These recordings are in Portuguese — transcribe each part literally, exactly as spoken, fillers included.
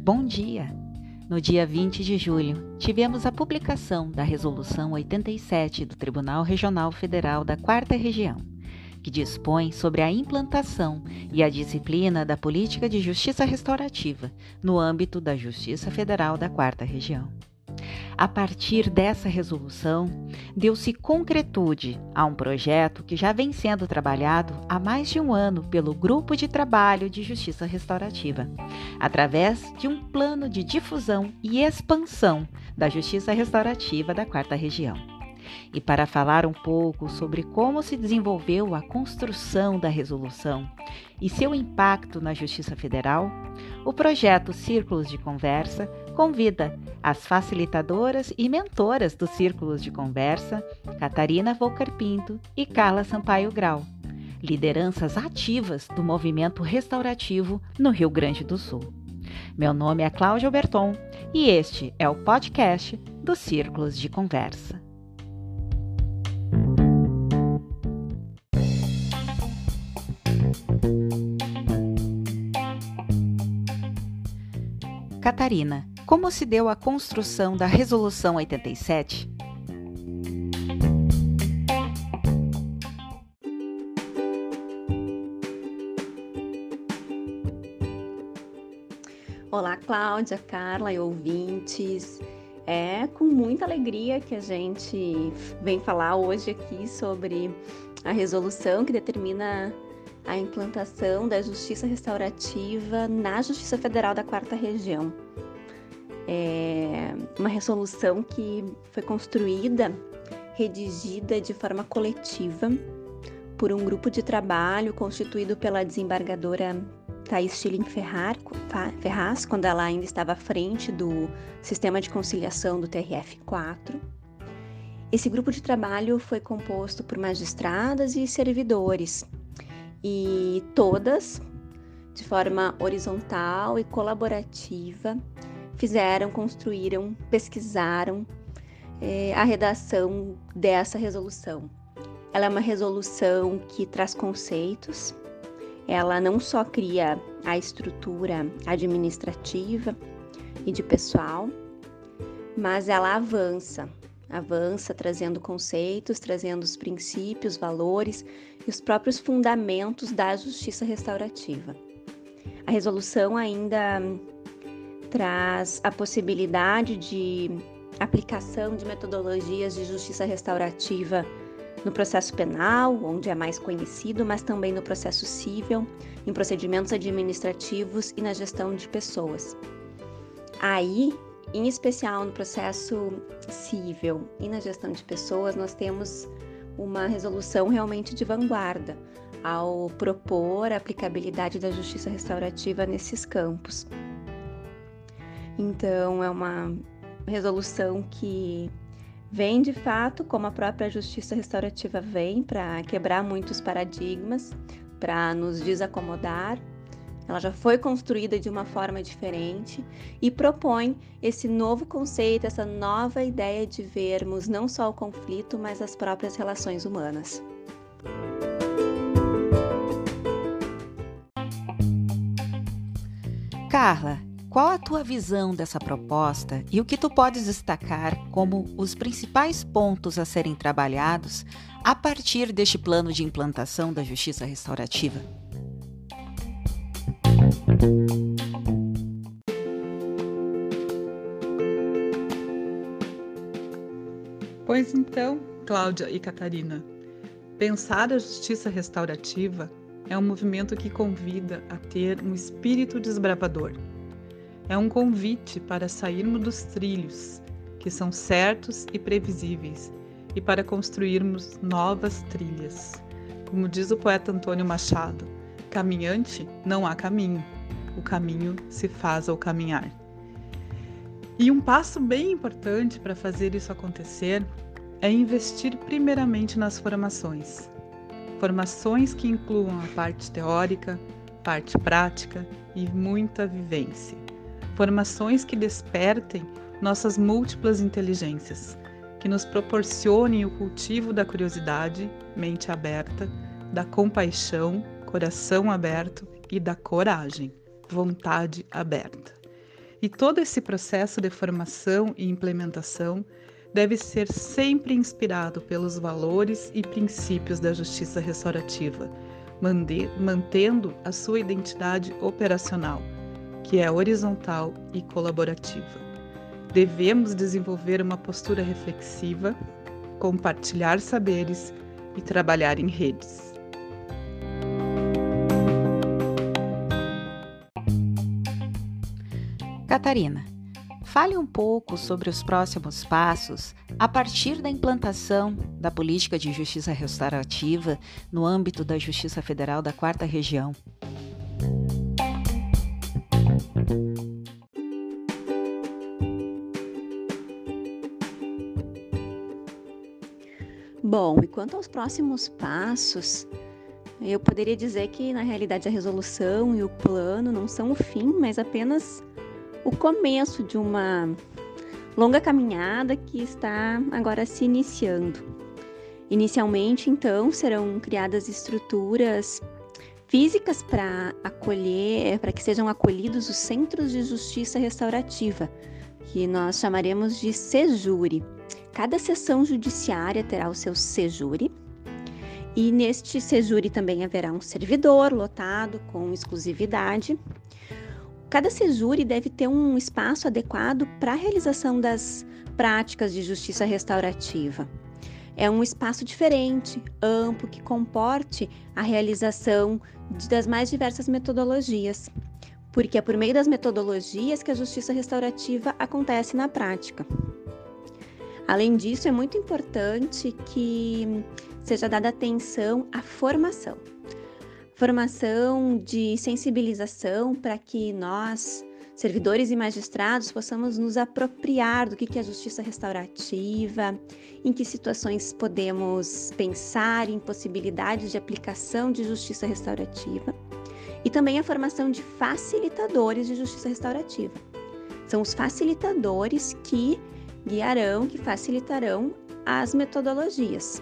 Bom dia! No dia vinte de julho, tivemos a publicação da Resolução oitenta e sete do Tribunal Regional Federal da Quarta Região, que dispõe sobre a implantação e a disciplina da política de justiça restaurativa no âmbito da Justiça Federal da Quarta Região. A partir dessa resolução, deu-se concretude a um projeto que já vem sendo trabalhado há mais de um ano pelo Grupo de Trabalho de Justiça Restaurativa, através de um plano de difusão e expansão da Justiça Restaurativa da Quarta Região. E para falar um pouco sobre como se desenvolveu a construção da resolução e seu impacto na Justiça Federal, o projeto Círculos de Conversa convida as facilitadoras e mentoras dos Círculos de Conversa, Catarina Volcar Pinto e Carla Sampaio Grau, lideranças ativas do movimento restaurativo no Rio Grande do Sul. Meu nome é Cláudia Berton e este é o podcast dos Círculos de Conversa. Catarina, como se deu a construção da Resolução oitenta e sete? Olá, Cláudia, Carla e ouvintes. É com muita alegria que a gente vem falar hoje aqui sobre a resolução que determina a implantação da Justiça Restaurativa na Justiça Federal da Quarta Região. É uma resolução que foi construída, redigida de forma coletiva por um grupo de trabalho constituído pela desembargadora Thaís Schilling Ferraz, quando ela ainda estava à frente do Sistema de Conciliação do T R F quatro. Esse grupo de trabalho foi composto por magistradas e servidores, e todas, de forma horizontal e colaborativa, fizeram, construíram, pesquisaram eh, a redação dessa resolução. Ela é uma resolução que traz conceitos, ela não só cria a estrutura administrativa e de pessoal, mas ela avança, avança trazendo conceitos, trazendo os princípios, valores e os próprios fundamentos da justiça restaurativa. A resolução ainda traz a possibilidade de aplicação de metodologias de justiça restaurativa no processo penal, onde é mais conhecido, mas também no processo civil, em procedimentos administrativos e na gestão de pessoas. Aí, em especial no processo civil e na gestão de pessoas, nós temos uma resolução realmente de vanguarda ao propor a aplicabilidade da justiça restaurativa nesses campos. Então, é uma resolução que vem, de fato, como a própria justiça restaurativa vem, para quebrar muitos paradigmas, para nos desacomodar. Ela já foi construída de uma forma diferente e propõe esse novo conceito, essa nova ideia de vermos não só o conflito, mas as próprias relações humanas. Carla, qual a tua visão dessa proposta e o que tu podes destacar como os principais pontos a serem trabalhados a partir deste plano de implantação da justiça restaurativa? Pois então, Cláudia e Catarina, pensar a justiça restaurativa é um movimento que convida a ter um espírito desbravador. É um convite para sairmos dos trilhos, que são certos e previsíveis, e para construirmos novas trilhas. Como diz o poeta Antônio Machado, caminhante não há caminho, o caminho se faz ao caminhar. E um passo bem importante para fazer isso acontecer é investir primeiramente nas formações. Formações que incluam a parte teórica, parte prática e muita vivência. Formações que despertem nossas múltiplas inteligências, que nos proporcionem o cultivo da curiosidade, mente aberta, da compaixão, coração aberto e da coragem, vontade aberta. E todo esse processo de formação e implementação deve ser sempre inspirado pelos valores e princípios da justiça restaurativa, mantendo a sua identidade operacional, que é horizontal e colaborativa. Devemos desenvolver uma postura reflexiva, compartilhar saberes e trabalhar em redes. Catarina, fale um pouco sobre os próximos passos a partir da implantação da política de justiça restaurativa no âmbito da Justiça Federal da Quarta Região. Bom, e quanto aos próximos passos, eu poderia dizer que, na realidade, a resolução e o plano não são o fim, mas apenas o começo de uma longa caminhada que está agora se iniciando. Inicialmente, então, serão criadas estruturas físicas para acolher, para que sejam acolhidos os centros de justiça restaurativa, que nós chamaremos de SEJURE. Cada seção judiciária terá o seu SEJURE, e neste SEJURE também haverá um servidor lotado com exclusividade. Cada SEJURE deve ter um espaço adequado para a realização das práticas de justiça restaurativa. É um espaço diferente, amplo, que comporte a realização das mais diversas metodologias, porque é por meio das metodologias que a justiça restaurativa acontece na prática. Além disso, é muito importante que seja dada atenção à formação. Formação de sensibilização para que nós, servidores e magistrados, possamos nos apropriar do que é a justiça restaurativa, em que situações podemos pensar em possibilidades de aplicação de justiça restaurativa, e também a formação de facilitadores de justiça restaurativa. São os facilitadores que guiarão, que facilitarão as metodologias.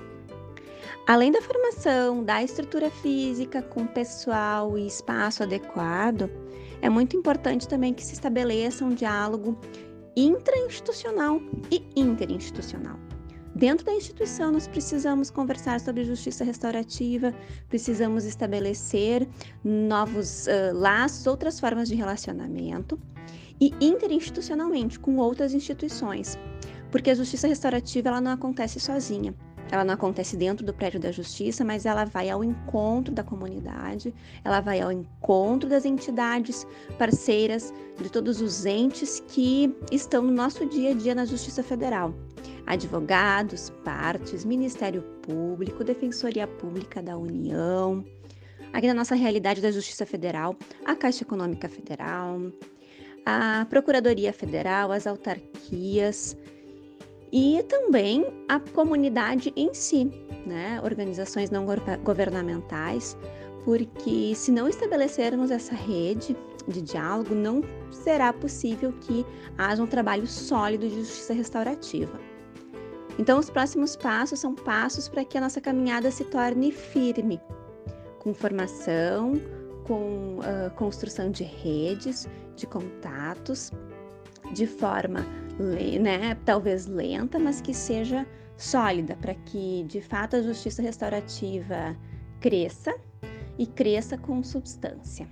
Além da formação da estrutura física com pessoal e espaço adequado, é muito importante também que se estabeleça um diálogo intrainstitucional e interinstitucional. Dentro da instituição, nós precisamos conversar sobre justiça restaurativa, precisamos estabelecer novos uh, laços, outras formas de relacionamento, e interinstitucionalmente com outras instituições, porque a justiça restaurativa ela não acontece sozinha. Ela não acontece dentro do prédio da justiça, mas ela vai ao encontro da comunidade, ela vai ao encontro das entidades parceiras, de todos os entes que estão no nosso dia a dia na Justiça Federal. Advogados, partes, Ministério Público, Defensoria Pública da União, aqui na nossa realidade da Justiça Federal, a Caixa Econômica Federal, a Procuradoria Federal, as autarquias, e também a comunidade em si, né? Organizações não governamentais, porque se não estabelecermos essa rede de diálogo, não será possível que haja um trabalho sólido de justiça restaurativa. Então, os próximos passos são passos para que a nossa caminhada se torne firme, com formação, com uh, construção de redes, de contatos, de forma né, talvez lenta, mas que seja sólida, para que de fato a justiça restaurativa cresça e cresça com substância.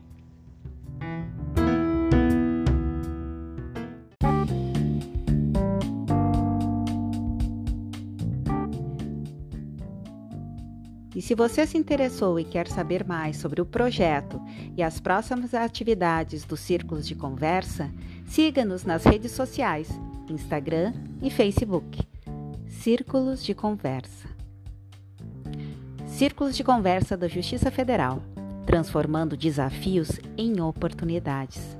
E se você se interessou e quer saber mais sobre o projeto e as próximas atividades dos Círculos de Conversa, siga-nos nas redes sociais, Instagram e Facebook. Círculos de Conversa. Círculos de Conversa da Justiça Federal, transformando desafios em oportunidades.